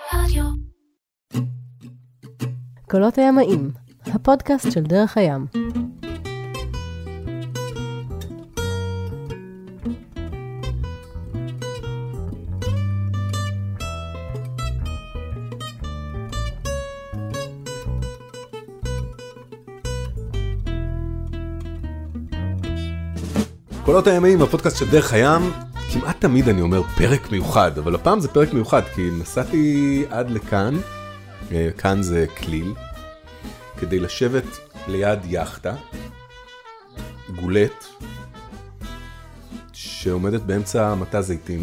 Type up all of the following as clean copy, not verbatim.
רדיו. קולות הימאים, הפודקאסט של דרך הים. קולות הימאים, הפודקאסט של דרך הים. כמעט תמיד אני אומר פרק מיוחד, אבל הפעם זה פרק מיוחד, כי נסעתי עד לכאן, כאן זה כליל, כדי לשבת ליד יחטה, גולט, שעומדת באמצע מטע זיתים,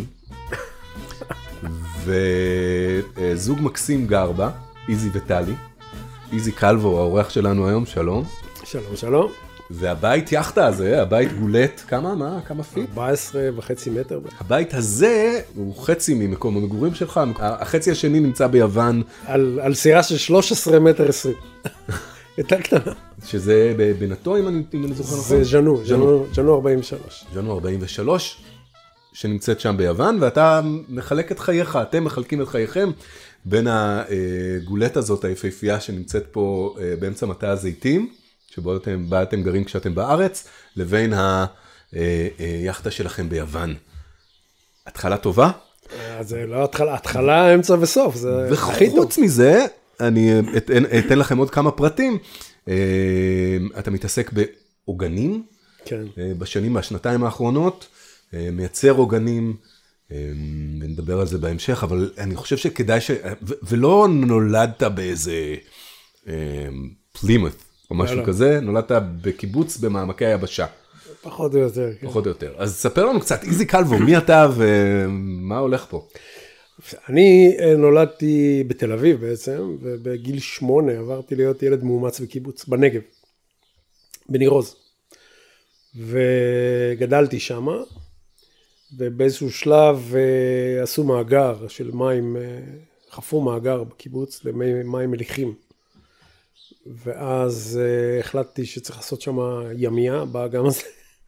וזוג מקסים גר בה, איזי וטלי, איזי קלבו, האורח שלנו היום, שלום. שלום, שלום. והבית יחטה הזה, הבית גולט, כמה פיט? 14.5 מטר. הבית הזה הוא חצי ממקום המגורים שלך, החצי השני נמצא ביוון. על סירה של 13 מטר 20. יותר קטנה. שזה בנתו, אם אני זוכר נכון? זה ז'נו 43. ז'נו 43, שנמצאת שם ביוון, ואתה מחלק את חייך, אתם מחלקים את חייכם, בין הגולט הזאת, היפהפייה שנמצאת פה באמצע מטע הזיתים, שבו אתם גרים כשאתם בארץ, לבין היחטה שלכם ביוון. התחלה טובה? זה לא התחלה, אמצע וסוף, זה הכי טוב. וחוץ מזה, אני אתן לכם עוד כמה פרטים. אתה מתעסק בעוגנים, כן. בשנתיים האחרונות, מייצר עוגנים, ונדבר על זה בהמשך, אבל אני חושב שכדאי ולא נולדת באיזה פלימות, או משהו כזה, נולדת בקיבוץ במעמקי היבשה. פחות או יותר. פחות או יותר. אז ספר לנו קצת, איזי קלבו, מי אתה ומה הולך פה? אני נולדתי בתל אביב בעצם, ובגיל 8 עברתי להיות ילד מאומץ בקיבוץ, בנגב, בניר עוז. וגדלתי שם, ובאיזשהו שלב עשו מאגר של מים, חפרו מאגר בקיבוץ למים מליחים. ואז החלטתי שצריך לעשות שם ימיה באגם הזה.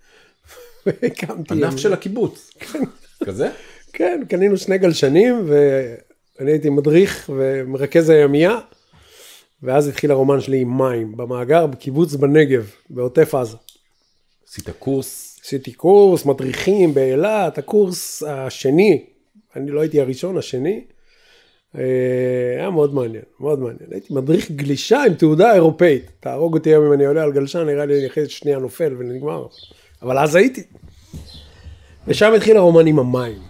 ענף של הקיבוץ. כזה? כן, קנינו 2 גלשנים, ואני הייתי מדריך ומרכז הימיה, ואז התחיל הרומן שלי עם מים, במאגר, בקיבוץ בנגב, בעוטף עזה. עשית קורס? עשיתי קורס, מדריכים באילת, הקורס השני, אני לא הייתי הראשון, השני, היה מאוד מעניין, מאוד מעניין. הייתי מדריך גלישה עם תעודה אירופאית. תהרוג אותי היום אם אני עולה על גלשן, נראה לי אני אחרי שנייה נופל ונגמר. אבל אז הייתי. ושם התחיל הרומן עם המים.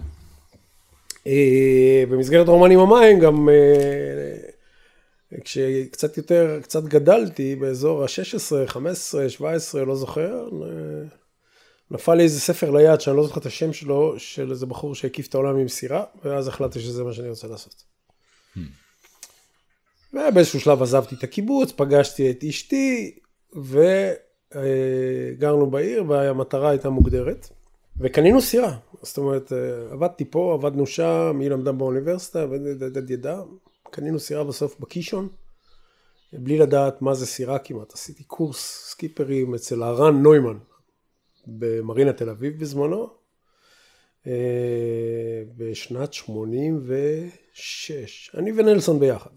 במסגרת הרומן עם המים גם קצת גדלתי באזור ה-16, 15, 17, לא זוכר. נפל לי איזה ספר ליד שאני לא זוכר את השם שלו, של איזה בחור שהקיף את העולם עם סירה, ואז החלטתי שזה מה שאני רוצה לעשות. ובאיזשהו שלב עזבתי את הקיבוץ, פגשתי את אשתי, וגרנו בעיר, והמטרה הייתה מוגדרת. וקנינו סירה, זאת אומרת, עבדתי פה, עבדנו שם, היא למדה באוניברסיטה, ידע, קנינו סירה בסוף בקישון, בלי לדעת מה זה סירה כמעט. עשיתי קורס סקיפרים אצל הרן נוימן, במרינה תל אביב בזמנו, בשנת 86, אני ונלסון ביחד.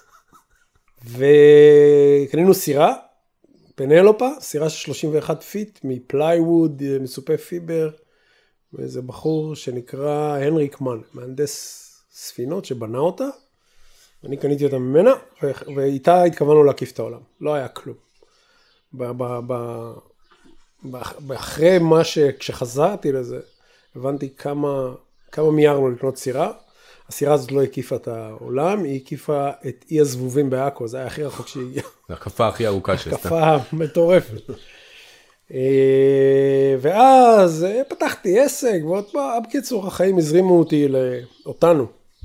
וקנינו סירה, פנלופה, סירה של 31 פיט, מפלייווד, מסופי פיבר, ואיזה בחור שנקרא הנריק מן, מהנדס ספינות שבנה אותה, אני קניתי אותה ממנה, ואיתה התכוונו להקיף את העולם, לא היה כלום. אחרי מה כשחזרתי לזה, הבנתי כמה מיירנו לקנות סירה. הסירה הזאת לא הקיפה את העולם, היא הקיפה את אי הזבובים בעכו, זה היה הכי רחוק שהגיע. זה הקפה הכי ארוכה שעשתה. הקפה מטורפת. ואז פתחתי עסק, ועוד פעם, בקיצור, החיים הזרימו אותנו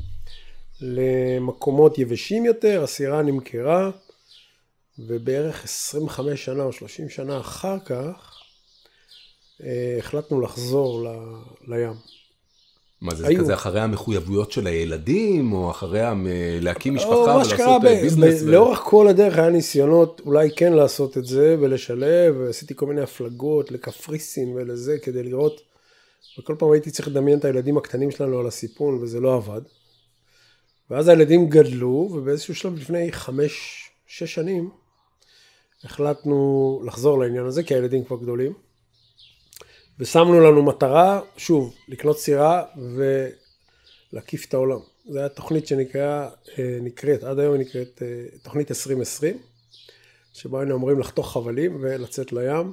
למקומות יבשים יותר, הסירה נמכרה, ובערך 25 שנה או 30 שנה אחר כך, החלטנו לחזור לים. מה זה כזה אחרי המחויבויות של הילדים, או אחרי להקים משפחה ולעשות ביזנס? לאורך כל הדרך היה ניסיונות אולי כן לעשות את זה ולשלב, ועשיתי כל מיני הפלגות לקפריסין ולזה כדי לראות, וכל פעם הייתי צריך לדמיין את הילדים הקטנים שלנו על הסיפון, וזה לא עבד. ואז הילדים גדלו, ובאיזשהו שלב לפני 5-6 שנים, החלטנו לחזור לעניין הזה, כי הילדים כבר גדולים. ושמנו לנו מטרה, שוב, לקנות סירה ולהקיף את העולם. זו הייתה תוכנית שנקראת, עד היום היא נקראת תוכנית 2020, שבה היינו אומרים לחתוך חבלים ולצאת לים.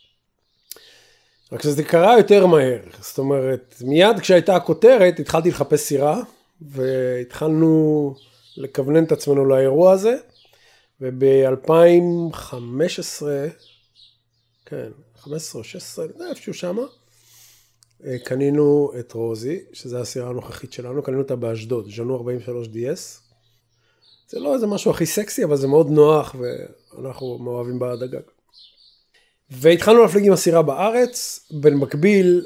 רק שזה קרה יותר מהר, זאת אומרת, מיד כשהייתה הכותרת, התחלתי לחפש סירה, והתחלנו לכוונן את עצמנו לאירוע הזה, וב-2015, כן, 15 או 16, איפשהו שמה, קנינו את רוזי, שזו הסירה הנוכחית שלנו, קנינו אותה באשדוד, ז'נו 43 DS. זה לא איזה משהו הכי סקסי, אבל זה מאוד נוח, ואנחנו מאוהבים בעד הגג. והתחלנו להפליג עם הסירה בארץ, במקביל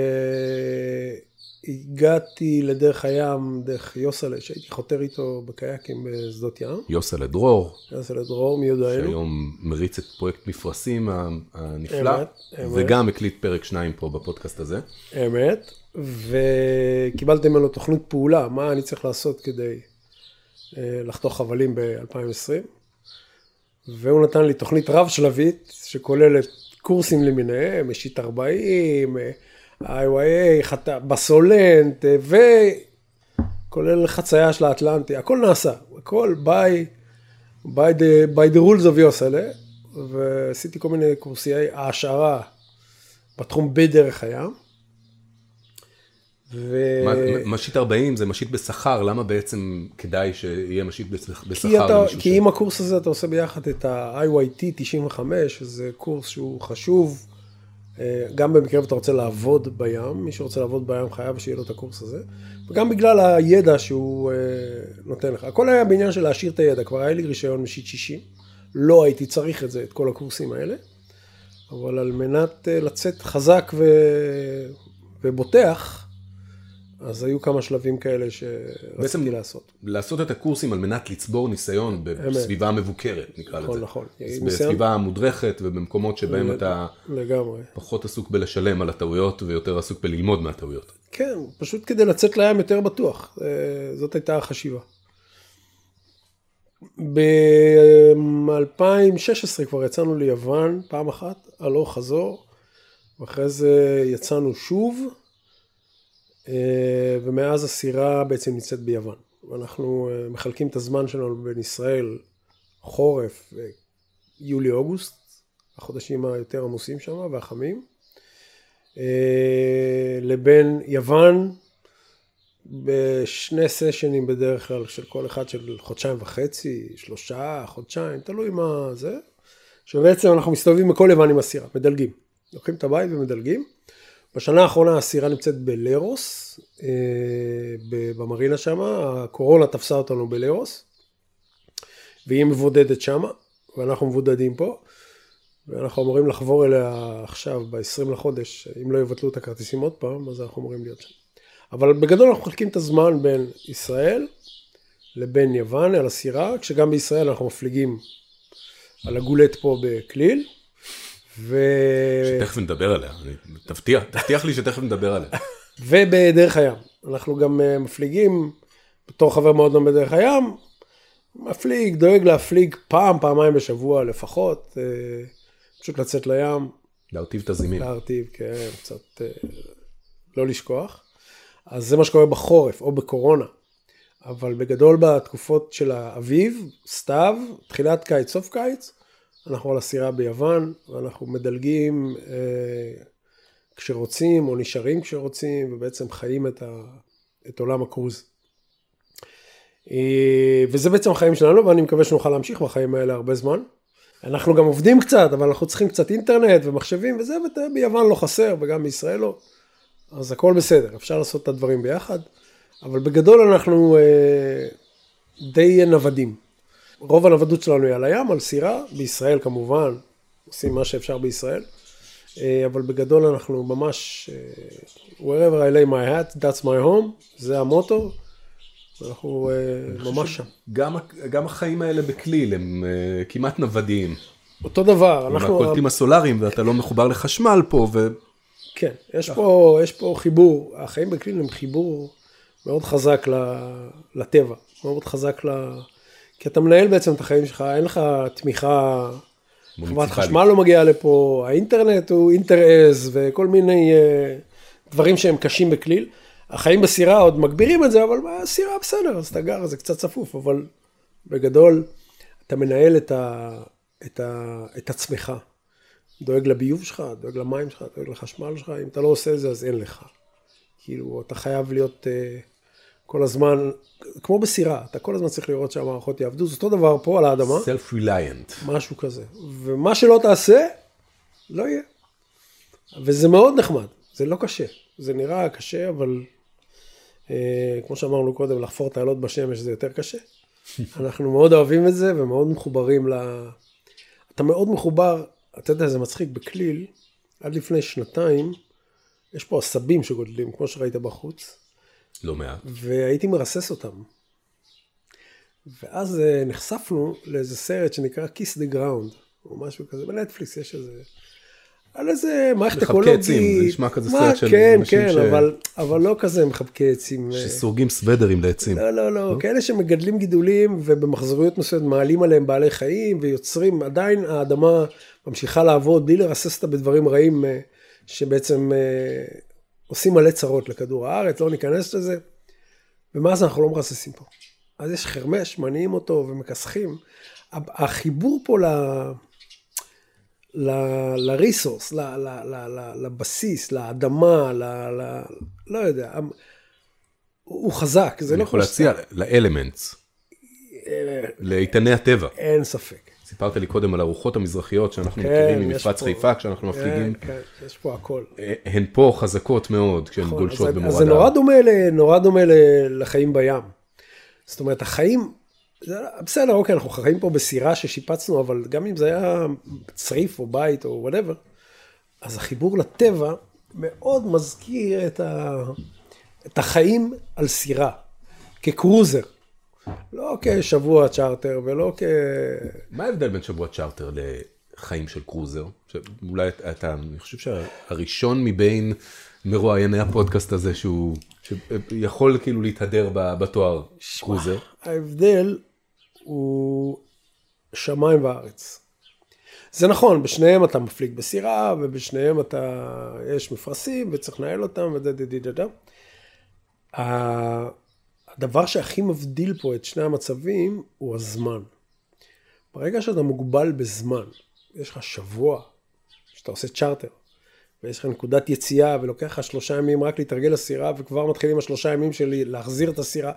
הגעתי לדרך הים, דרך יוסלה, שהייתי חותר איתו בקייקים בשדות ים. יוסלה דרור. יוסלה דרור, מי יודענו. שהיום מריץ את פרויקט מפרשים הנפלא, וגם הקליט פרק 2 פה בפודקאסט הזה. אמת, וקיבלתם ממנו תוכנית פעולה, מה אני צריך לעשות כדי לחתוך חבלים ב-2020. והוא נתן לי תוכנית רב שלבית, שכוללת קורסים למיניהם, משית 40, IYA, בסולנט, וכולל חצייה של האטלנטי, הכל נעשה, הכל by the rules of יוסלה, ועשיתי כל מיני קורסיי העשרה בתחום בדרך הים. משית 40 זה משית בשכר, למה בעצם כדאי שיהיה משית בשכר? כי עם הקורס הזה אתה עושה ביחד את ה-IYT 95, זה קורס שהוא חשוב, גם במקרה אתה רוצה לעבוד בים, מי שרוצה לעבוד בים חייב שיהיה לו את הקורס הזה, וגם בגלל הידע שהוא נותן לך. הכל היה בעניין של להשאיר את הידע, כבר היה לי רישיון משית 60, לא הייתי צריך את זה, את כל הקורסים האלה, אבל על מנת לצאת חזק ובוטח, אז היו כמה שלבים כאלה שרציתי לעשות. לעשות את הקורסים על מנת לצבור ניסיון בסביבה מבוקרת, נקרא לזה. נכון. בסביבה מודרכת ובמקומות שבהם אתה פחות עסוק בלשלם על הטעויות ויותר עסוק בללמוד מהטעויות. כן, פשוט כדי לצאת לים יותר בטוח. זאת הייתה החשיבה. ב-2016 כבר יצאנו ליוון פעם אחת, הלוך חזור, ואחרי זה יצאנו שוב, ומאז הסירה בעצם נמצאת ביוון. ואנחנו מחלקים את הזמן שלנו בין ישראל, חורף, יולי-אוגוסט, החודשים היותר עמוסים שם והחמים, לבין יוון, בשני סשנים בדרך כלל של כל אחד של 1.5 חודשים, 3 חודשיים, תלוי מה זה, שבעצם אנחנו מסתובבים בכל יוון עם הסירה, מדלגים. לוקחים את הבית ומדלגים. בשנה האחרונה הסירה נמצאת בלרוס, במרינה שם, הקורונה תפסה אותנו בלרוס, והיא מבודדת שם, ואנחנו מבודדים פה, ואנחנו אמורים לחבור אליה עכשיו, ב-20 לחודש, אם לא יבטלו את הכרטיסים עוד פעם, אז אנחנו אמורים להיות שם. אבל בגדול אנחנו מחלקים את הזמן בין ישראל לבין יוון על הסירה, כשגם בישראל אנחנו מפליגים על הגולט פה בכליל, שתכף נדבר עליה, תבטיח לי שתכף נדבר עליה. ובדרך הים, אנחנו גם מפליגים, בתור חבר מאוד נום בדרך הים, מפליג, דואג להפליג פעמיים בשבוע לפחות, פשוט לצאת לים. להרטיב את הזימים. להרטיב, כן, קצת לא לשכוח. אז זה מה שקורה בחורף או בקורונה, אבל בגדול בתקופות של האביב, סתיו, תחילת קיץ, סוף קיץ, אנחנו על הסירה ביוון, ואנחנו מדלגים כשרוצים, או נשארים כשרוצים, ובעצם חיים את עולם הקרוז. וזה בעצם החיים שלנו, ואני מקווה שנוכל להמשיך בחיים האלה הרבה זמן. אנחנו גם עובדים קצת, אבל אנחנו צריכים קצת אינטרנט ומחשבים וזה, וביוון לא חסר, וגם בישראל לא. אז הכל בסדר, אפשר לעשות את הדברים ביחד, אבל בגדול אנחנו די נוודים. רוב הנוודות שלנו היא על הים, על סירה, בישראל כמובן, עושים מה שאפשר בישראל, אבל בגדול אנחנו ממש, wherever I lay my hat, that's my home, זה המוטו, אנחנו ממש שם. גם החיים האלה בכליל הם כמעט נוודיים. אותו דבר. עם הקולטים הסולריים ואתה לא מחובר לחשמל פה. כן, יש פה חיבור, החיים בכליל הם חיבור מאוד חזק לטבע, מאוד חזק כי אתה מנהל בעצם את החיים שלך, אין לך תמיכה, חברת חשמל לא מגיעה לפה, האינטרנט הוא אינטר-אז, וכל מיני דברים שהם קשים בכליל. החיים בסירה עוד מגבירים את זה, אבל בסירה בסדר, אז אתה גר, זה קצת צפוף, אבל בגדול אתה מנהל את עצמך. דואג לביוב שלך, דואג למים שלך, דואג לחשמל שלך, אם אתה לא עושה את זה, אז אין לך. כאילו, אתה חייב להיות כל הזמן, כמו בסירה, אתה כל הזמן צריך לראות שהמערכות יעבדו, זה אותו דבר פה על האדמה. Self-reliant. משהו כזה. ומה שלא תעשה, לא יהיה. וזה מאוד נחמד, זה לא קשה. זה נראה קשה, אבל כמו שאמרנו קודם, לחפור תעלות בשמש זה יותר קשה. אנחנו מאוד אוהבים את זה, ומאוד מחוברים אתה מאוד מחובר, אתה יודע, זה מצחיק בכליל, עד לפני 2 יש פה עשבים שגודלים, כמו שראית בחוץ. לא מעט. והייתי מרסס אותם. ואז נחשפנו לאיזה סרט שנקרא Kiss the Ground, או משהו כזה, בנטפליקס יש איזה, על איזה מערכת אקולוגית. מחבקי עצים, זה נשמע כזה סרט של כן, אנשים כן, אבל לא כזה מחבקי עצים. שסורגים סוודרים לעצים. לא, כאלה שמגדלים גידולים, ובמחזוריות מסוימת מעלים עליהם בעלי חיים, ויוצרים, עדיין האדמה ממשיכה לעבוד, בלי לרסס אותה בדברים רעים, שבעצם עושים מלא צרות לכדור הארץ, לא ניכנס לזה, ומאז אנחנו לא מרססים פה. אז יש חרמש, מניעים אותו ומכסחים. החיבור פה לריסורס, לבסיס, לאדמה, לא יודע, הוא חזק. אני יכול להציע לאלמנטס, לאיתני הטבע. אין ספק. סיפרת לי קודם על הרוחות המזרחיות שאנחנו מכירים ממפרץ חיפה, כשאנחנו מפליגים. כן, יש פה הכל. הן פה חזקות מאוד, כשהן גולשות במורד. אז זה נורא דומה לחיים בים. זאת אומרת, החיים, בסדר, אוקיי, אנחנו חיים פה בסירה ששיפצנו, אבל גם אם זה היה צריף או בית או whatever, אז החיבור לטבע מאוד מזכיר את החיים על סירה, כקרוזר. לא כשבוע צ'ארטר ולא מה ההבדל בין שבוע צ'ארטר לחיים של קרוזר? אולי אני חושב שהראשון מבין מרואייני הפודקאסט הזה שיכול כאילו להתהדר בתואר קרוזר. ההבדל הוא שמיים וארץ. זה נכון, בשניהם אתה מפליג בסירה, ובשניהם יש מפרסים וצריך לנהל אותם ודדדדדד. הדבר שהכי מבדיל פה את שני המצבים הוא הזמן. ברגע שאתה מוגבל בזמן, יש לך שבוע שאתה עושה צ'ארטר, ויש לך נקודת יציאה, ולוקח לך 3 ימים רק להתרגל לסירה, וכבר מתחילים 3 ימים שלי להחזיר את הסירה,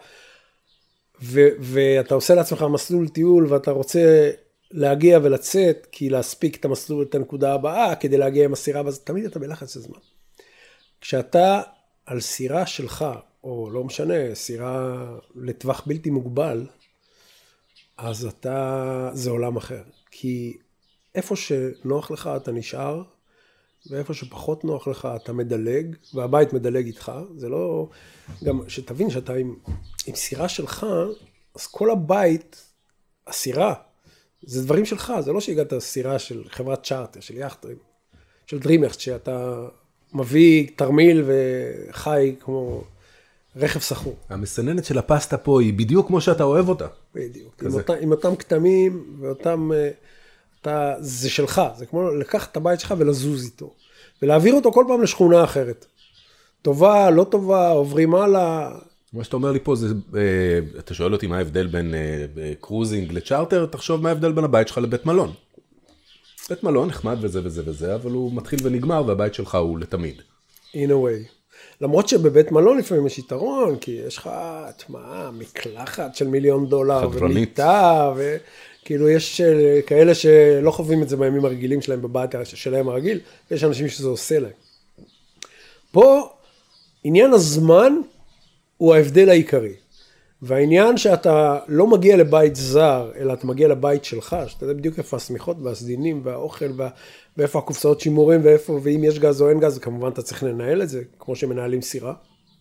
ואתה עושה לעצמך מסלול טיול, ואתה רוצה להגיע ולצאת, כי להספיק את המסלול, את הנקודה הבאה, כדי להגיע עם הסירה, אז תמיד אתה בלחץ הזמן. כשאתה על סירה שלך, או לא משנה, סירה לטווח בלתי מוגבל, אז זה עולם אחר. כי איפה שנוח לך אתה נשאר, ואיפה שפחות נוח לך אתה מדלג, והבית מדלג איתך. זה לא, גם שתבין שאתה עם סירה שלך, אז כל הבית, הסירה, זה דברים שלך. זה לא שהגעת סירה של חברת צ'ארטר, של יאכטרים, של דרימרט, שאתה מביא תרמיל וחי כמו רכב סחור. המסננת של הפסטה פה היא בדיוק כמו שאתה אוהב אותה. בדיוק. עם אותם כתמים ואותם, זה שלך. זה כמו לקחת את הבית שלך ולזוז איתו. ולהעביר אותו כל פעם לשכונה אחרת. טובה, לא טובה, עוברים הלאה. מה שאתה אומר לי פה זה, אתה שואל אותי מה ההבדל בין קרוזינג לצ'ארטר, תחשוב מה ההבדל בין הבית שלך לבית מלון. בית מלון נחמד וזה וזה וזה, אבל הוא מתחיל ונגמר והבית שלך הוא לתמיד. In a way. למרות שבבית מלון לפעמים יש יתרון, כי יש לך, מקלחת של $1,000,000, ומיטה, וכאילו יש כאלה שלא חווים את זה בימים הרגילים שלהם בבית שלהם הרגיל, ויש אנשים שזה עושה להם. פה, עניין הזמן הוא ההבדל העיקרי. והעניין שאתה לא מגיע לבית זר, אלא אתה מגיע לבית שלך, שאתה יודע בדיוק איפה הסמיכות והסדינים והאוכל, ואיפה הקופסאות שימורים, ואם יש גז או אין גז, כמובן אתה צריך לנהל את זה, כמו שמנהלים סירה.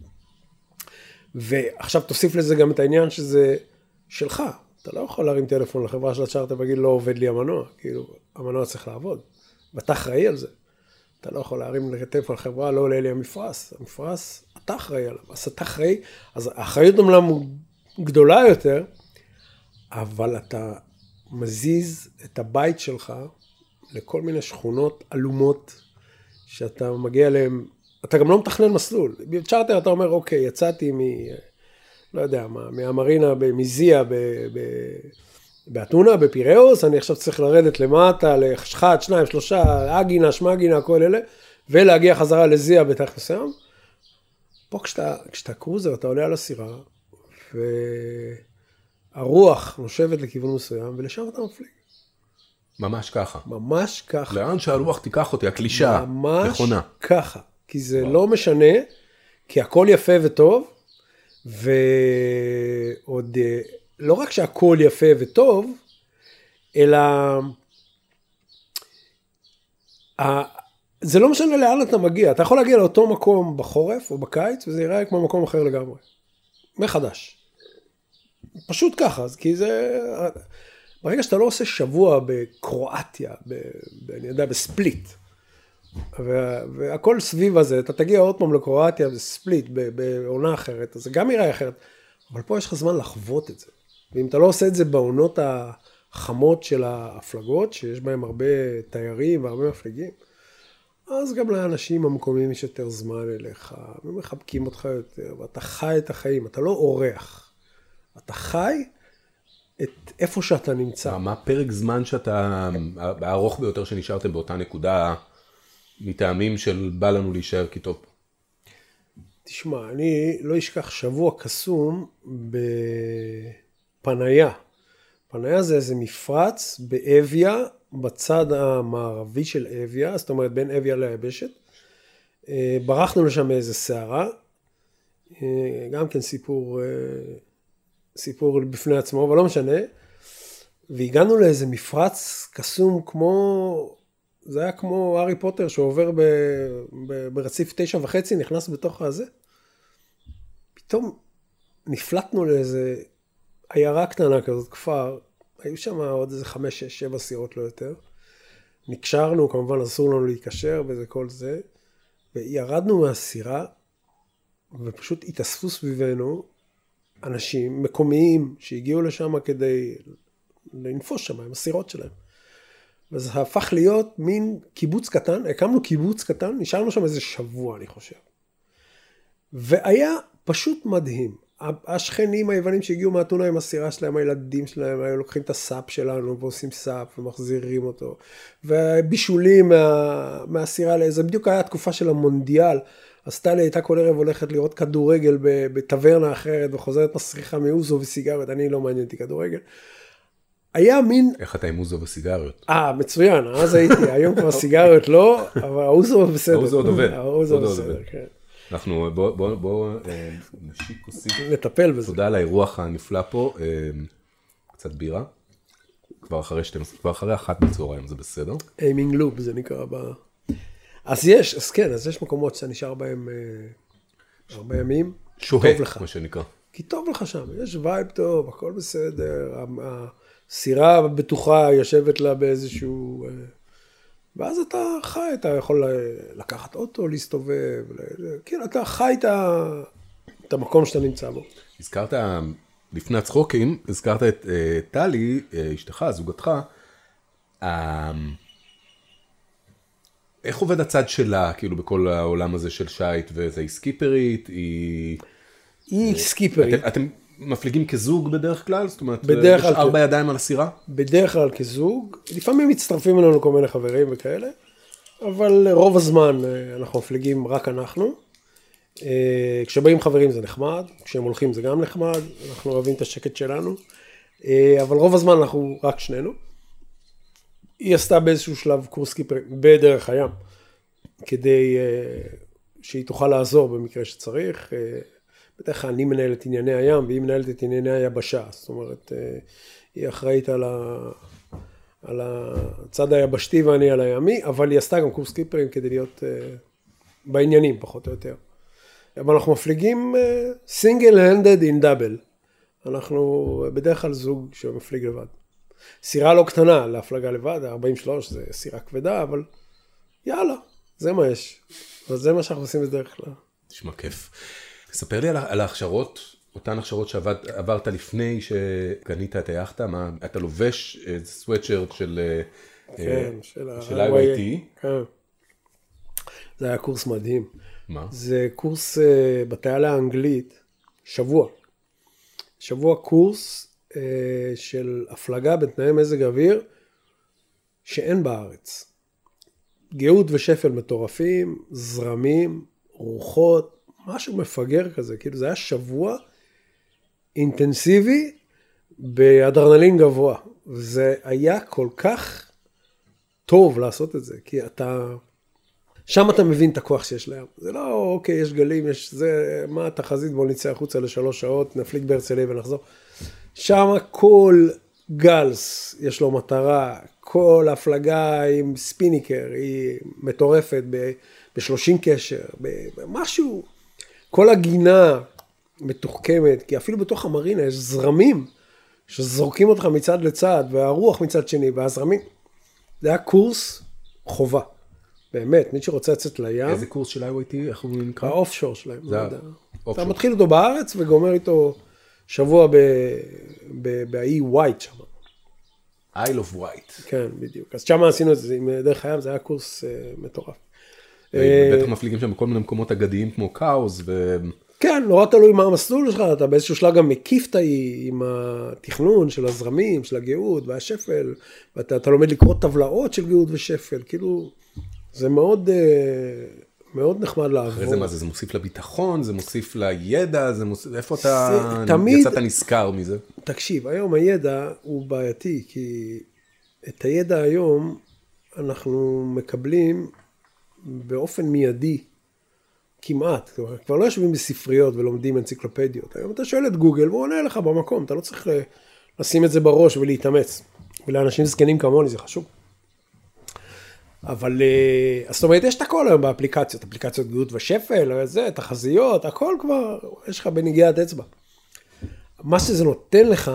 ועכשיו תוסיף לזה גם את העניין שזה שלך. אתה לא יכול להרים טלפון לחברה של הצ'ארטר ולהגיד, לא עובד לי המנוע, כאילו, המנוע צריך לעבוד. ואתה אחראי על זה. אתה לא יכול להרים טלפון לחברה, לא עולה לי המפרס. המפרס, אתה אחראי עליו. אז אתה אחראי, אז האחריות אומנם גדולה יותר, אבל אתה מזיז את הבית שלך לכל מיני שכונות אלומות, שאתה מגיע אליהם, אתה גם לא מתכנן מסלול. בצ'ארטר אתה אומר, אוקיי, יצאתי לא יודע מה, מהמרינה במזיע, באתונה, בפיראוס, אני עכשיו צריך לרדת למטה, לחשחת, 2, 3, אגינה, שמגינה, כל אלה, ולהגיע חזרה לזיע בתאריך מסוים. פה כשאתה קרוזר, אתה עולה על הסירה, והרוח נושבת לכיוון מסוים, ולשם אתה מפליג. ממש ככה. ממש ככה. לאן שהרוח תיקח אותי, הקלישה, נכונה. ממש ככה. כי זה לא משנה, כי הכל יפה וטוב, ועוד לא רק שהכל יפה וטוב, אלא זה לא משנה לאן אתה מגיע. אתה יכול להגיע לאותו מקום בחורף או בקיץ, וזה יראה כמו מקום אחר לגמרי. מחדש. פשוט ככה, כי זה... ברגע שאתה לא עושה שבוע בקרואטיה, אני יודע, בספליט, והכל סביב הזה, אתה תגיע עוד פעם לקרואטיה בספליט, בעונה אחרת, אז זה גם יראה אחרת, אבל פה יש לך זמן לחוות את זה. ואם אתה לא עושה את זה בעונות החמות של ההפלגות, שיש בהם הרבה תיירים והרבה מפלגים, אז גם לאנשים המקומיים יש יותר זמן אליך, ומחבקים אותך יותר, ואתה חי את החיים, אתה לא אורח, אתה חי את איפה שאתה נמצא. מה פרק זמן שאתה, הארוך ביותר שנשארתם באותה נקודה, מטעמים של בא לנו להישאר כיתוב? תשמע, אני לא אשכח שבוע קסום בפניה. פניה זה איזה מפרץ באביה, בצד המערבי של אביה, זאת אומרת בין אביה ליבשת. ברחנו לשם איזה שערה, גם כן סיפור בפני עצמו, אבל לא משנה. והגענו לאיזה מפרץ קסום כמו... זה היה כמו הארי פוטר שעובר ברציף 9.5, נכנס בתוך הזה. פתאום נפלטנו לאיזה עיירה קטנה כזאת, כפר, היו שם עוד איזה 5, 6, 7 סירות לא יותר. נקשרנו, כמובן אסור לנו להתקשר וזה כל זה, וירדנו מהסירה, ופשוט התאספו סביבנו אנשים מקומיים שהגיעו לשם כדי לנפוש שם עם הסירות שלהם. וזה הפך להיות מין קיבוץ קטן, הקמנו קיבוץ קטן, נשארנו שם איזה שבוע אני חושב. והיה פשוט מדהים. השכנים היוונים שהגיעו מאתונה עם הסירה שלהם, הילדים שלהם, היו לוקחים את הסאפ שלנו ועושים סאפ ומחזירים אותו. ובישולים מהסירה לאיזה, בדיוק היה התקופה של המונדיאל, אז טלי הייתה כל ערב הולכת לראות כדורגל בטברנה אחרת, וחוזרת מסריחה מאוזו וסיגרת, אני לא מעניינתי כדורגל. היה מין... איך אתה עם אוזו וסיגריות? מצוין, אז הייתי, היום כבר סיגריות לא, אבל האוזו בסדר. האוזו עוד עובד. האוזו בסדר, כן. אנחנו, בואו נשיק כוסית. נטפל בזה. תודה על האירוח הנפלא פה, קצת בירה, כבר אחרי 1 בצהריים, זה בסדר. איימינג לופ, זה נקרא אז יש מקומות שאתה נשאר בהם הרבה ימים. שוהה, מה שנקרא. כי טוב לך שם, יש וייב טוב, הכל בסדר, הסירה בטוחה יושבת לה באיזשהו... ואז אתה חי, אתה יכול לקחת אוטו, להסתובב, כן, אתה חי את המקום שאתה נמצא בו. הזכרת, לפני הצחוקים, הזכרת את טלי, אשתך, זוגתך, איך עובד הצד שלה, כאילו, בכל העולם הזה של שייט, וזה היא סקיפרית, היא סקיפרית. אתם מפליגים כזוג בדרך כלל? זאת אומרת, יש 4 ידיים על הסירה? בדרך כלל כזוג. לפעמים מצטרפים אלינו כל מיני חברים וכאלה, אבל רוב הזמן אנחנו מפליגים רק אנחנו. כשבאים חברים זה נחמד, כשהם הולכים זה גם נחמד, אנחנו אוהבים את השקט שלנו, אבל רוב הזמן אנחנו רק שנינו. היא עשתה באיזשהו שלב קורס סקיפרית בדרך הים, כדי שהיא תוכל לעזור במקרה שצריך. בדרך כלל אני מנהל את ענייני הים, והיא מנהלת את ענייני היבשה. זאת אומרת, היא אחראית על הצד היבשתי ואני על הימי, אבל היא עשתה גם קורס סקיפרים כדי להיות בעניינים, פחות או יותר. אבל אנחנו מפליגים single-handed in double. אנחנו בדרך כלל זוג שמפליג לבד. סירה לא קטנה להפלגה לבד, 43 זה סירה כבדה, אבל יאללה, זה מה יש. וזה מה שאנחנו עושים בדרך כלל. נשמע כיף. תספר לי על ההכשרות, אותן הכשרות שעברת לפני שקנית את היאכטה, מה, אתה לובש סוואטשרט של IYT? כן. זה היה קורס מדהים. מה? זה קורס בתעלה האנגלית, שבוע קורס של הפלגה בתנאי מזג אוויר שאין בארץ. גאות ושפל מטורפים, זרמים, רוחות, משהו מפגר כזה, כאילו זה היה שבוע אינטנסיבי באדרנלין גבוה. וזה היה כל כך טוב לעשות את זה, כי שם אתה מבין את הכוח שיש להם. זה לא, אוקיי, יש גלים, יש זה, מה התחזית, בוא נצא החוצה ל3 שעות, נפליג בהרצליה ונחזור. שם כל גלס יש לו מטרה, כל הפלגה עם ספיניקר היא מטורפת ב-30 קשר, במשהו, כל הגינה מתוחכמת, כי אפילו בתוך המרינה יש זרמים שזורקים אותך מצד לצד, והרוח מצד שני, והזרמים. זה היה קורס חובה. באמת, מי שרוצה לצאת לים. איזה קורס של IYT, איך הוא נקרא? האופשור שלהם. זה אתה מתחיל אותו בארץ וגומר איתו שבוע באי ווייט שם. Isle of Wight. כן, בדיוק. אז שם עשינו את זה עם דרך הים, זה היה קורס מטורף. בטח מפליגים שם בכל מיני מקומות אגדיים כמו קאוז כן, נורא תלוי מה המסלול שלך, אתה באיזשהו שלב גם מקיף את האי עם התכנון של הזרמים, של הגאות והשפל, ואתה לומד לקרוא טבלאות של גאות ושפל, כאילו זה מאוד, מאוד נחמד לעבור. אחרי זה מה זה? זה מוסיף לביטחון, זה מוסיף לידע, זה מוסיף, איפה אתה יצאת נזכר מזה? תקשיב, היום הידע הוא בעייתי, כי את הידע היום אנחנו מקבלים באופן מיידי, כמעט, כבר לא יושבים בספריות ולומדים אנציקלופדיות. היום אתה שואל את גוגל והוא עונה לך במקום, אתה לא צריך לשים את זה בראש ולהתאמץ. ולאנשים זקנים כמוני זה חשוב. אבל, זאת אומרת, יש את הכל היום באפליקציות, אפליקציות גאות ושפל, זה, תחזיות, הכל כבר, יש לך בנגיעת אצבע. מה שזה נותן לך,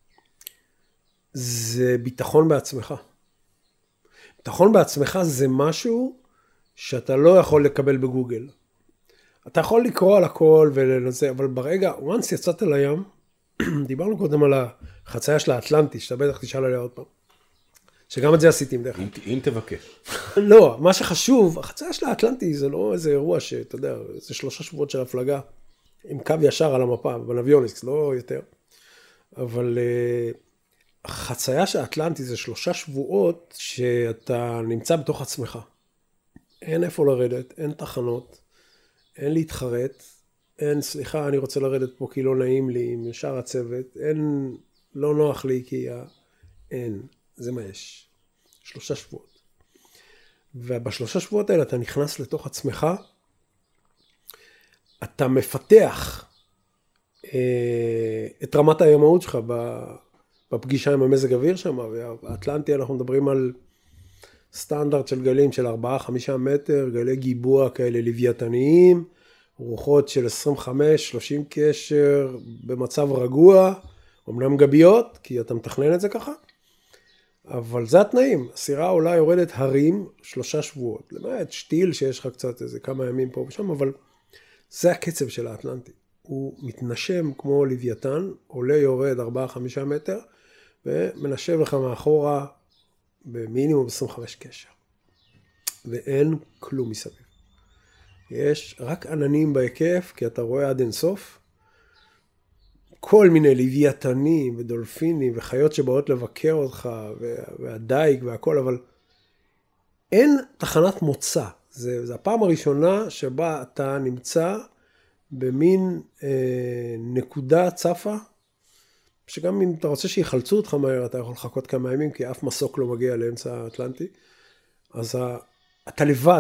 זה ביטחון בעצמך. ביטחון בעצמך זה משהו שאתה לא יכול לקבל בגוגל. אתה יכול לקרוא על הכל ולנסה, אבל ברגע, once יצאת לים, דיברנו קודם על החצייה של האטלנטי, שאתה בטח תשאל עליה עוד פעם. שגם את זה עשיתי עם דרך. אם תבקש. לא, מה שחשוב, החצייה של האטלנטי זה לא איזה אירוע שאתה יודע, זה 3 שבועות של הפלגה, עם קו ישר על המפה, בנביוניקס, לא יותר. אבל החצייה של האטלנטי זה 3 שבועות שאתה נמצא בתוך עצמך. אין איפה לרדת, אין תחנות. אין להתחרט, אין סליחה, אני רוצה לרדת פה כי לא נעים לי עם שאר הצוות, אין, לא נוח לי כי אין, זה מה יש. 3 שבועות. וב3 שבועות האלה אתה נכנס לתוך עצמך, אתה מפתח את רמת הימאות שלך בפגישה עם המזג אוויר שם, והאטלנטי אנחנו מדברים על סטנדרט של גלים של 4-5 מטר, גלי גיבוע כאלה לוויתניים, רוחות של 25-30 קשר, במצב רגוע, אמנם גביות, כי אתה מתכנן את זה ככה, אבל זה התנאים, הסירה עולה יורדת הרים 3 שבועות, למעט שטיל שיש לך קצת איזה כמה ימים פה ושם, אבל זה הקצב של האטלנטי, הוא מתנשם כמו לוויתן, עולה יורד 4-5 מטר, ומנשב לך מאחורה, במינימום 25 קשר. ואין כלום מסביב. יש רק עננים בהיקף, כי אתה רואה עד אינסוף. כל מיני לוויתנים ודולפינים וחיות שבאות לבקר אותך, והדייג והכל, אבל אין תחנת מוצא. זה הפעם הראשונה שבה אתה נמצא במין נקודה צפה, שגם אם אתה רוצה שיחלצו אותך מהר, אתה יכול לחכות כמה ימים, כי אף מסוק לא מגיע לאמצע האטלנטי. אז אתה לבד,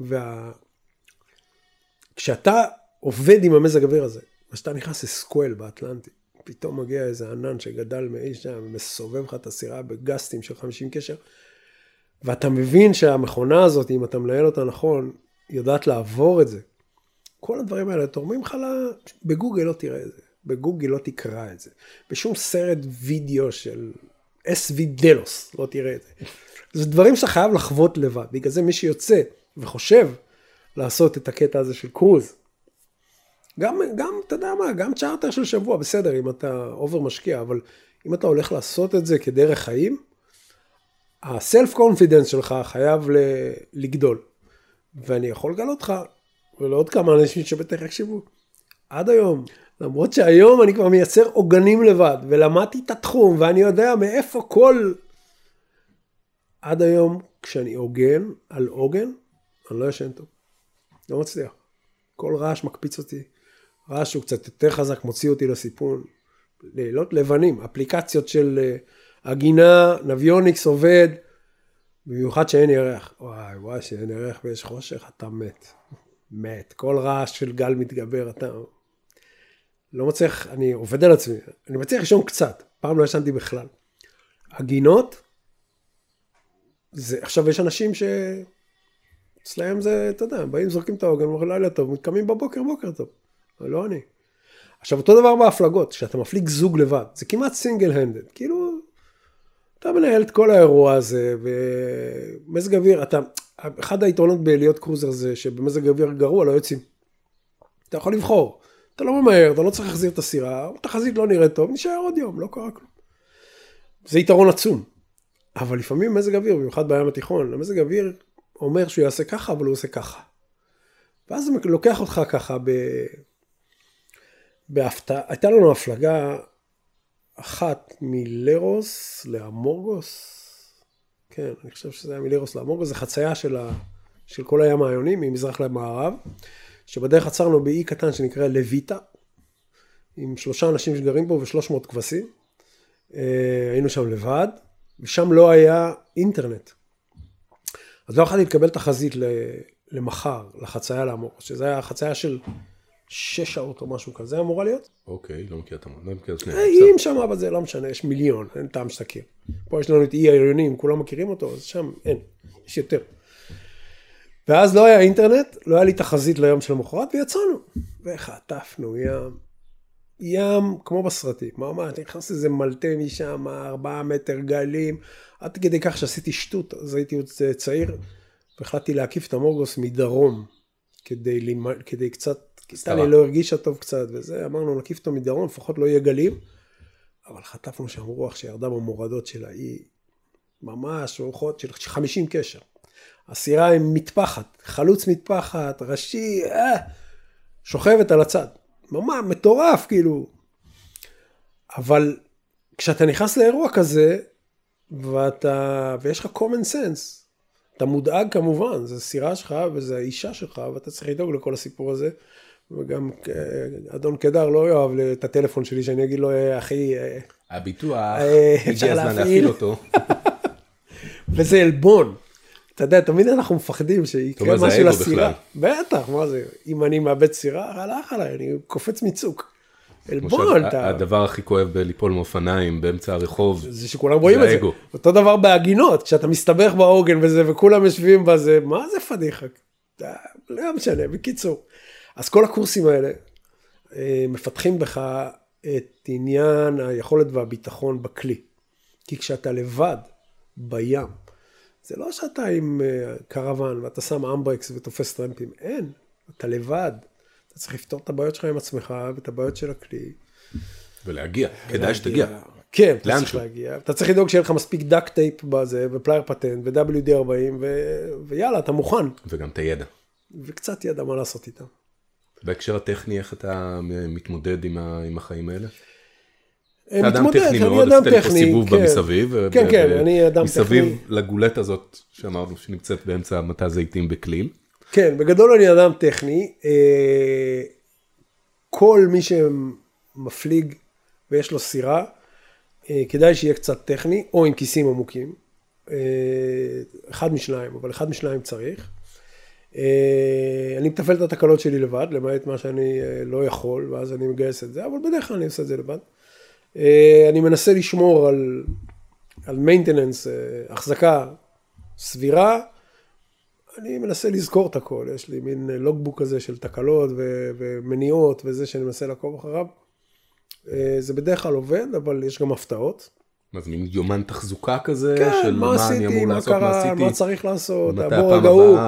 כשאתה עובד עם המזג אוויר הזה, כשאתה נכנס לסקואל באטלנטי, פתאום מגיע איזה ענן שגדל מאיש שם, ומסובב לך את הסירה בגסטים של 50 קשר, ואתה מבין שהמכונה הזאת, אם אתה מנהל אותה נכון, יודעת לעבור את זה. כל הדברים האלה תורמים לך בגוגל לא תראה את זה. בגוגל לא תקרא את זה. בשום סרט וידאו של SV דלוס לא תראה את זה. זה דברים שאתה חייב לחוות לבד. בגלל זה מי שיוצא וחושב לעשות את הקטע הזה של קרוז, גם, אתה יודע מה, גם צ'ארטר של שבוע, בסדר, אם אתה אובר משקיע, אבל אם אתה הולך לעשות את זה כדרך חיים, הסלף קונפידנס שלך חייב לגדול. ואני יכול לגלות לך, ולעוד כמה אנשים שבטח יקשיבו, עד היום, למרות שהיום אני כבר מייצר עוגנים לבד, ולמדתי את התחום, ואני יודע מאיפה כל... עד היום, כשאני עוגן על עוגן, אני לא ישן טוב. לא מצליח. כל רעש מקפיץ אותי. רעש שהוא קצת יותר חזק, מוציא אותי לסיפון. לילות לבנים, אפליקציות של הגינה, נביוניקס עובד, במיוחד שאין ירח. וואי, שאין ירח ויש חושך, אתה מת. מת. כל רעש של גל מתגבר, אתה... לא מצליח, אני עובד על עצמי. אני מצליח לישון קצת. פעם לא ישנתי בכלל. הגינות, עכשיו יש אנשים אצלהם זה, אתה יודע, באים זורקים את העוגן, אומרים לילה טוב, מתקמים בבוקר, בוקר טוב. אבל לא אני. עכשיו, אותו דבר בהפלגות, שאתה מפליג זוג לבד, זה כמעט סינגל הנדד. כאילו, אתה מנהל את כל האירוע הזה, ומזג אוויר, אחד היתרונות בלהיות קרוזר זה, שבמזג אוויר גרוע לא יוצאים. אתה יכול לבחור. אתה לא ממהר, אתה לא צריך להחזיר את הסירה, התחזית לא נראית טוב, נשאר עוד יום, לא קרה כלום. זה יתרון עצום. אבל לפעמים מזג אוויר, במיוחד בים התיכון, המזג אוויר אומר שהוא יעשה ככה, אבל הוא עושה ככה. ואז זה לוקח אותך ככה בהפתעה. הייתה לנו הפלגה אחת מלרוס לאמורגוס. כן, אני חושב שזה היה מלרוס לאמורגוס. זה חצייה של כל הים העיוני, ממזרח למערב, שבדרך עצרנו באי קטן שנקרא לויטה, עם 3 אנשים שגרים פה ו300 כבשים. היינו שם לבד. ושם לא היה אינטרנט. אז לא יכולתי לקבל תחזית למחר, לחצייה לאמור, שזה היה חצייה של 6 שעות או משהו כזה, אמורה להיות. אוקיי, לא מכיר את המון. אם שם אבל זה לא משנה, יש מיליון, אין טעם שתכיר. פה יש לנו את אי העיונים, כולם מכירים אותו, אז שם אין, יש יותר. ואז לא היה אינטרנט, לא היה לי תחזית ליום של המחרת, ויצאנו. וחטפנו ים כמו בסרטים, ממש, נכנס איזה מלטה משם, 4 מטר גלים, עד כדי כך שעשיתי שטות, אז הייתי עוד צעיר, והחלטתי להקיף את המורגוס מדרום, כדי קצת, סטלי לא הרגישה טוב קצת, וזה, אמרנו נקיף אותו מדרום, לפחות לא יהיה גלים, אבל חטפנו שם רוח שירדה במורדות של האי, ממש רוחות של 50 קשר. הסירה עם מטפחת, חלוץ מטפחת, ראשי, שוכבת על הצד. ממש מטורף כאילו. אבל כשאתה נכנס לאירוע כזה, ויש לך common sense, אתה מודאג כמובן, זה סירה שלך וזה האישה שלך, ואתה צריך לדאוג לכל הסיפור הזה, וגם אדון קדר לא יאהב את הטלפון שלי, שאני אגיד לו, אחי, הביטוח, הגיע הזמן להפעיל אותו. וזה אלבון. אתה יודע, תמיד אנחנו מפחדים שיקרה משהו לסירה. בטח, מה זה? אם אני מאבד סירה, הלך עליי, אני קופץ מצוק. אלבון, אתה... הדבר הכי כואב בליפול מאופניים באמצע הרחוב, זה שכולם רואים את זה. אותו דבר בהגינות, כשאתה מסתבך בעוגן וזה, וכולם יושבים בזה, מה זה פדיחה? לא משנה, בקיצור. אז כל הקורסים האלה מפתחים בך את עניין היכולת והביטחון בכלי. כי כשאתה לבד בים, זה לא שאתה עם קרוון ואתה שם אמברקס ותופס טרמפים, אין, אתה לבד. אתה צריך לפתור את הבעיות שלך עם עצמך ואת הבעיות של הכלי. ולהגיע, כדאי שתגיע. כן, אתה צריך להגיע. אתה צריך לדאוג שיהיה לך מספיק דאק טייפ בזה, ופלייר פטנט, ו-WD-40, ויאללה, אתה מוכן. וגם את הידע. וקצת ידע מה לעשות איתם. בהקשר הטכני, איך אתה מתמודד עם החיים האלה? אתה אדם טכני מאוד, עשית לי פה סיבוב במסביב. כן, אני אדם טכני. מסביב לגולת הזאת, שאמרנו שנמצאת באמצע מטע זיתים בכליל. כן, בגדול אני אדם טכני. כל מי שמפליג ויש לו סירה, כדאי שיהיה קצת טכני, או עם כיסים עמוקים. אחד משניים, אבל אחד משניים צריך. אני מטפל את התקלות שלי לבד, למעט מה שאני לא יכול, ואז אני מגייס את זה, אבל בדרך כלל אני עושה את זה לבד. אני מנסה לשמור על maintenance, החזקה סבירה, אני מנסה לזכור את הכל, יש לי מין לוגבוק כזה של תקלות ומניעות וזה שאני מנסה לעקוב אחריו. זה בדרך כלל עובד, אבל יש גם הפתעות. מה זה, מין יומן תחזוקה כזה? כן, של מה עשיתי, מה קרה, מה צריך לעשות, הבור הגאו.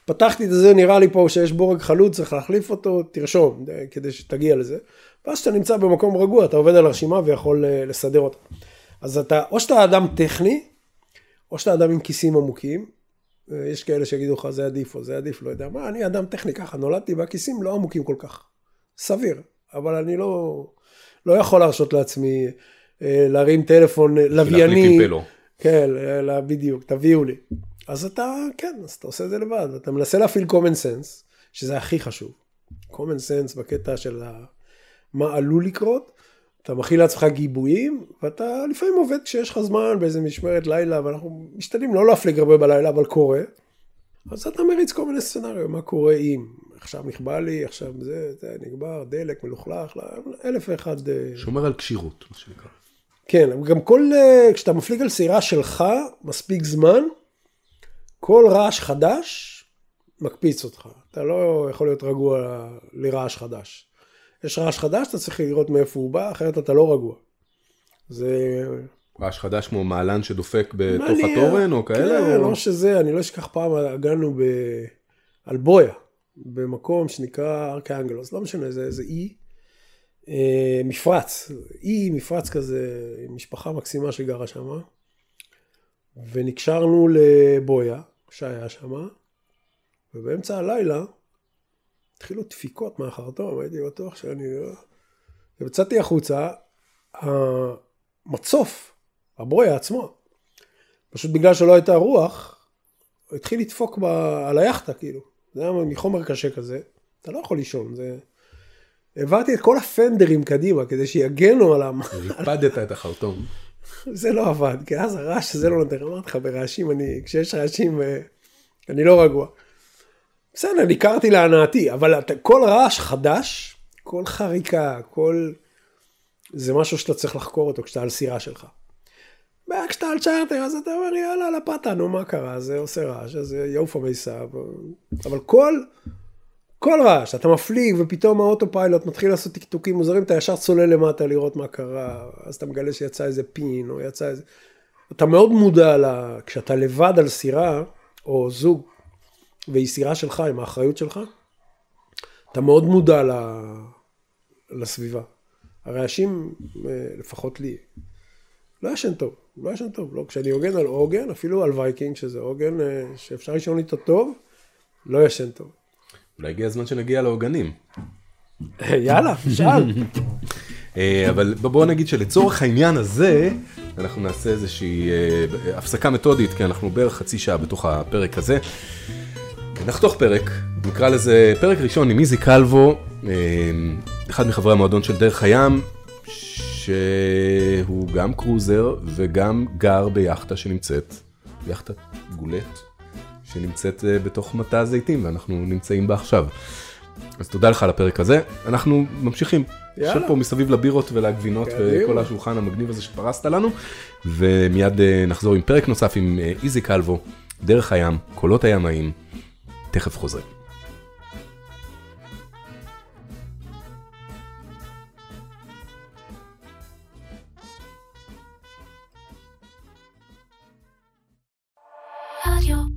פתחתי את זה, נראה לי פה שיש בורג חלוץ, צריך להחליף אותו, תרשום, כדי שתגיע לזה. ואז שאתה נמצא במקום רגוע, אתה עובד על הרשימה ויכול לסדר אותה. אז אתה, או שאתה אדם טכני, או שאתה אדם עם כיסים עמוקים, יש כאלה שיגידו לך, זה עדיף או זה עדיף, לא יודע מה, אני אדם טכני ככה, נולדתי והכיסים לא עמוקים כל כך. סביר, אבל אני לא יכול להרשות לעצמי להרים טלפון לווייני. להחליף עם פלו. כן, בדיוק, תביאו לי. אז אתה, כן, אז אתה עושה את זה לבד. אתה מנסה להפעיל common sense, שזה הכי חשוב. common sense בקטע של מה עלול לקרות, אתה מכיל לעצמך גיבויים, ואתה לפעמים עובד כשיש לך זמן באיזה משמרת לילה, ואנחנו משתדלים לא להפליג הרבה בלילה, אבל קורה. אז אתה מריץ כל מיני סצנריו, מה קורה אם עכשיו נכבה לי, עכשיו זה נגבר, דלק, מלוכלך, 1001. שומר על קשירות, מה שנקרא. כן, גם כשאתה מפליג על סירה שלך, מספיק זמן, כל רעש חדש מקפיץ אותך. אתה לא יכול להיות רגוע לרעש חדש. יש רעש חדש, אתה צריך לראות מאיפה הוא בא, אחרת אתה לא רגוע. זה... רעש חדש כמו מעלן שדופק בתוך התורן או כאלה? כן, לא שזה, אני לא אשכח פעם, הגענו על בויה, במקום שנקרא ארקאנגלוס, לא משנה, זה אי, מפרץ כזה, משפחה מקסימה שגרה שם, ונקשרנו לבויה, שהיה שם, ובאמצע הלילה, התחילו דפיקות מהחרטום, הייתי בטוח שאני... ובצאתי החוצה, המצוף, הבויה עצמו, פשוט בגלל שלא הייתה רוח, הוא התחיל לדפוק על היחטה, כאילו. זה היה מחומר קשה כזה, אתה לא יכול לישון, זה... העברתי את כל הפנדרים קדימה, כדי שיגנו על ריפדת את החרטום. זה לא עבד, כי אז הרעש זה לא נותן, אמרתי לך, ברעשים, כשיש רעשים, אני לא רגוע. בסדר, ניכרתי להנאתי, אבל כל רעש חדש, כל חריקה, זה משהו שאתה צריך לחקור אותו כשאתה על סירה שלך. כשאתה על צ'ארטר, אז אתה אומר, יאללה, לפתה, נו, מה קרה? זה עושה רעש, אז יעוף המסע. אבל כל רעש, אתה מפליג, ופתאום האוטופיילוט מתחיל לעשות טקטוקים מוזרים, אתה ישר צולל למטה לראות מה קרה, אז אתה מגלה שיצא איזה פין, או יצא איזה... אתה מאוד מודע כשאתה לבד על סירה, או זוג, והיא סירה שלך, עם האחריות שלך, אתה מאוד מודע לסביבה. הרעשים, לפחות לי, לא ישן טוב, לא, כשאני עוגן על עוגן, אפילו על וייקינג, שזה עוגן שאפשר לישון איתו טוב, לא ישן טוב. אולי הגיע הזמן שנגיע לעוגנים. יאללה, שאל. אבל בואו נגיד שלצורך העניין הזה, אנחנו נעשה איזושהי הפסקה מתודית, כי אנחנו בערך חצי שעה בתוך הפרק הזה. נחתוך פרק, נקרא לזה פרק ראשון עם איזי קלבו, אחד מחברי המועדון של דרך הים, שהוא גם קרוזר וגם גר ביחטה שנמצאת, יחטת גולט, שנמצאת בתוך מטע הזיתים, ואנחנו נמצאים בה עכשיו. אז תודה לך על הפרק הזה, אנחנו ממשיכים. יושב פה מסביב לבירות ולגבינות וכל השולחן המגניב הזה שפרסת לנו, ומיד נחזור עם פרק נוסף עם איזי קלבו, דרך הים, קולות הימאים, תכף חוזרים. רדיו